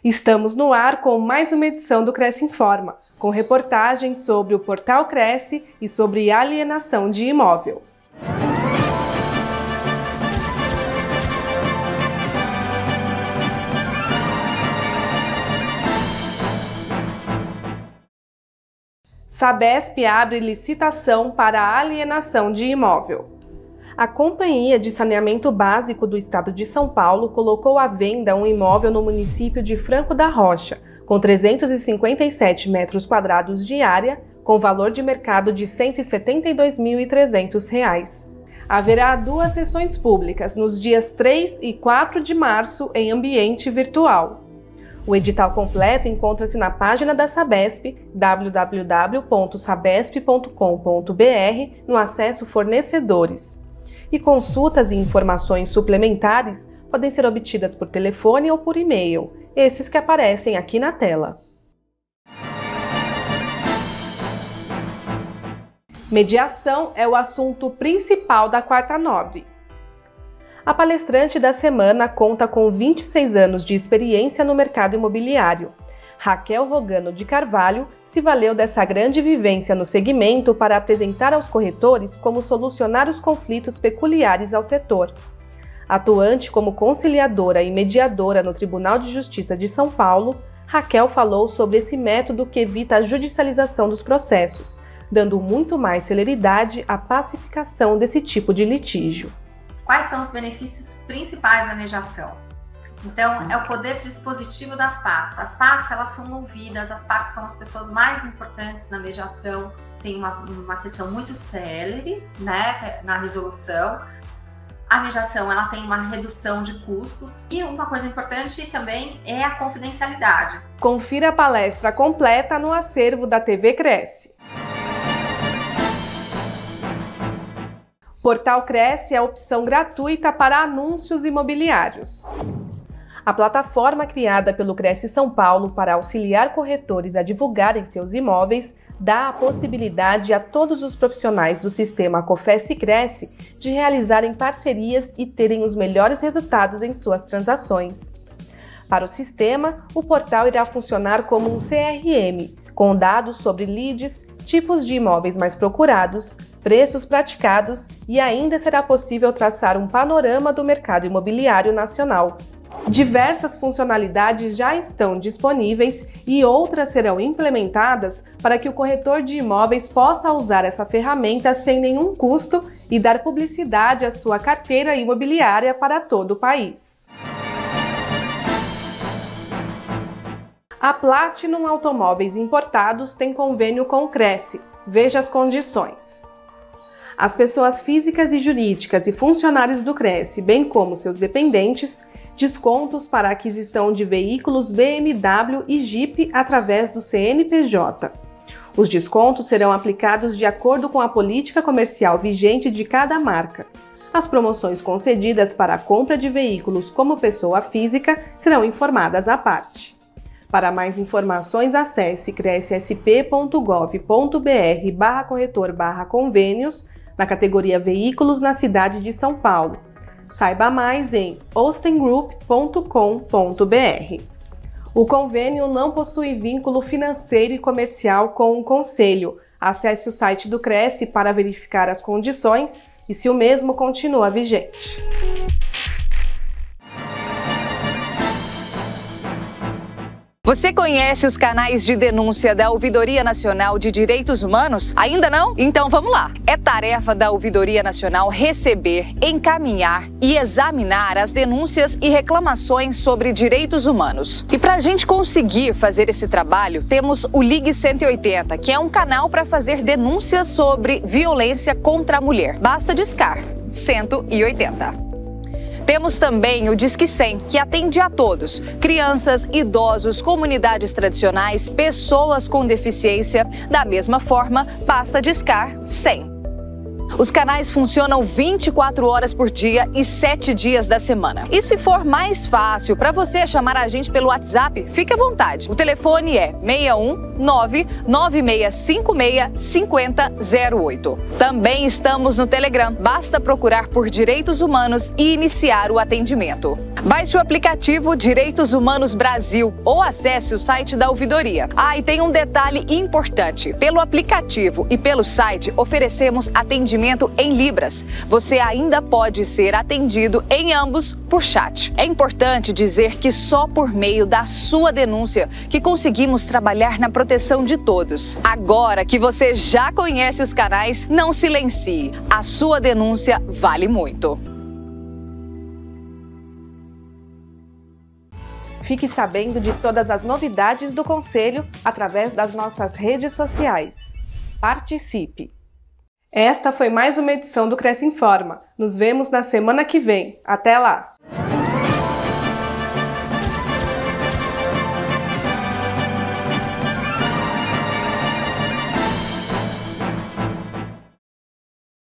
Estamos no ar com mais uma edição do Cresce Informa, com reportagens sobre o Portal Cresce e sobre alienação de imóvel. Sabesp abre licitação para a alienação de imóvel. A Companhia de Saneamento Básico do Estado de São Paulo colocou à venda um imóvel no município de Franco da Rocha, com 357 metros quadrados de área, com valor de mercado de R$ 172.300. Haverá 2 sessões públicas nos dias 3 e 4 de março em ambiente virtual. O edital completo encontra-se na página da Sabesp, www.sabesp.com.br, no acesso Fornecedores. E consultas e informações suplementares podem ser obtidas por telefone ou por e-mail, esses que aparecem aqui na tela. Mediação é o assunto principal da Quarta Nobre. A palestrante da semana conta com 26 anos de experiência no mercado imobiliário. Raquel Rogano de Carvalho se valeu dessa grande vivência no segmento para apresentar aos corretores como solucionar os conflitos peculiares ao setor. Atuante como conciliadora e mediadora no Tribunal de Justiça de São Paulo, Raquel falou sobre esse método que evita a judicialização dos processos, dando muito mais celeridade à pacificação desse tipo de litígio. Quais são os benefícios principais da mediação? Então, é o poder dispositivo das partes. As partes, elas são ouvidas, as partes são as pessoas mais importantes na mediação. Tem uma questão muito célere, né, na resolução. A mediação, ela tem uma redução de custos. E uma coisa importante também é a confidencialidade. Confira a palestra completa no acervo da TV Cresce. Portal Cresce é a opção gratuita para anúncios imobiliários. A plataforma criada pelo Cresce São Paulo para auxiliar corretores a divulgarem seus imóveis dá a possibilidade a todos os profissionais do sistema Cofesse Cresce de realizarem parcerias e terem os melhores resultados em suas transações. Para o sistema, o portal irá funcionar como um CRM, com dados sobre leads, tipos de imóveis mais procurados, preços praticados e ainda será possível traçar um panorama do mercado imobiliário nacional. Diversas funcionalidades já estão disponíveis e outras serão implementadas para que o corretor de imóveis possa usar essa ferramenta sem nenhum custo e dar publicidade à sua carteira imobiliária para todo o país. A Platinum Automóveis Importados tem convênio com o Cresce. Veja as condições. As pessoas físicas e jurídicas e funcionários do Cresce, bem como seus dependentes, descontos para a aquisição de veículos BMW e Jeep através do CNPJ. Os descontos serão aplicados de acordo com a política comercial vigente de cada marca. As promoções concedidas para a compra de veículos como pessoa física serão informadas à parte. Para mais informações, acesse crescsp.gov.br/corretor/convênios na categoria Veículos na cidade de São Paulo. Saiba mais em ostengroup.com.br. O convênio não possui vínculo financeiro e comercial com o Conselho. Acesse o site do Cresce para verificar as condições e se o mesmo continua vigente. Você conhece os canais de denúncia da Ouvidoria Nacional de Direitos Humanos? Ainda não? Então vamos lá! É tarefa da Ouvidoria Nacional receber, encaminhar e examinar as denúncias e reclamações sobre direitos humanos. E para a gente conseguir fazer esse trabalho, temos o Ligue 180, que é um canal para fazer denúncias sobre violência contra a mulher. Basta discar 180. Temos também o Disque 100, que atende a todos, crianças, idosos, comunidades tradicionais, pessoas com deficiência. Da mesma forma, basta discar 100. Os canais funcionam 24 horas por dia e 7 dias da semana. E se for mais fácil para você chamar a gente pelo WhatsApp, fique à vontade. O telefone é 61 99656-5008. Também estamos no Telegram. Basta procurar por Direitos Humanos e iniciar o atendimento. Baixe o aplicativo Direitos Humanos Brasil ou acesse o site da Ouvidoria. E tem um detalhe importante. Pelo aplicativo e pelo site, oferecemos atendimento em Libras. Você ainda pode ser atendido em ambos por chat. É importante dizer que só por meio da sua denúncia que conseguimos trabalhar na proteção de todos. Agora que você já conhece os canais, não silencie. A sua denúncia vale muito. Fique sabendo de todas as novidades do Conselho através das nossas redes sociais. Participe! Esta foi mais uma edição do Cresce Informa. Nos vemos na semana que vem. Até lá!